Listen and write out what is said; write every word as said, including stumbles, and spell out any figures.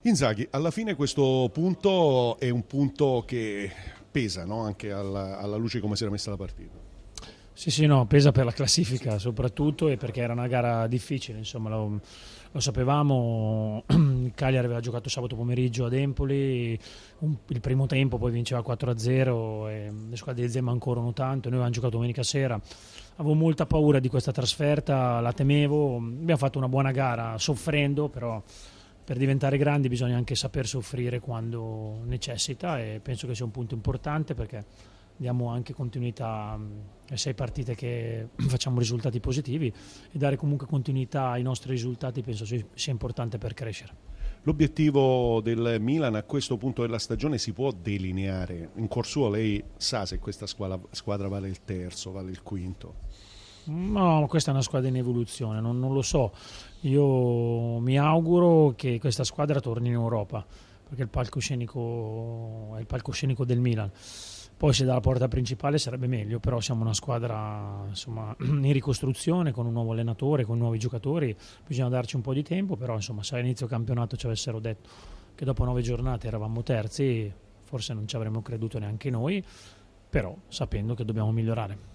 Inzaghi, alla fine questo punto è un punto che pesa, no? Anche alla, alla luce di come si era messa la partita. Sì, sì, no, pesa per la classifica soprattutto e perché era una gara difficile, insomma, lo, lo sapevamo. Il Cagliari aveva giocato sabato pomeriggio ad Empoli, un, il primo tempo poi vinceva quattro a zero e le squadre di Zema ancora non tanto, noi avevamo giocato domenica sera, avevo molta paura di questa trasferta, la temevo, abbiamo fatto una buona gara soffrendo, però per diventare grandi bisogna anche saper soffrire quando necessita e penso che sia un punto importante perché diamo anche continuità a sei partite che facciamo risultati positivi e dare comunque continuità ai nostri risultati penso sia importante per crescere. L'obiettivo del Milan a questo punto della stagione si può delineare? In cuor suo lei sa se questa squadra, squadra vale il terzo, vale il quinto? No, questa è una squadra in evoluzione, non, non lo so. Io mi auguro che questa squadra torni in Europa perché il palcoscenico è il palcoscenico del Milan. Poi se dalla porta principale sarebbe meglio, però siamo una squadra insomma, in ricostruzione con un nuovo allenatore, con nuovi giocatori, bisogna darci un po' di tempo, però insomma, se all'inizio campionato ci avessero detto che dopo nove giornate eravamo terzi, forse non ci avremmo creduto neanche noi, però sapendo che dobbiamo migliorare.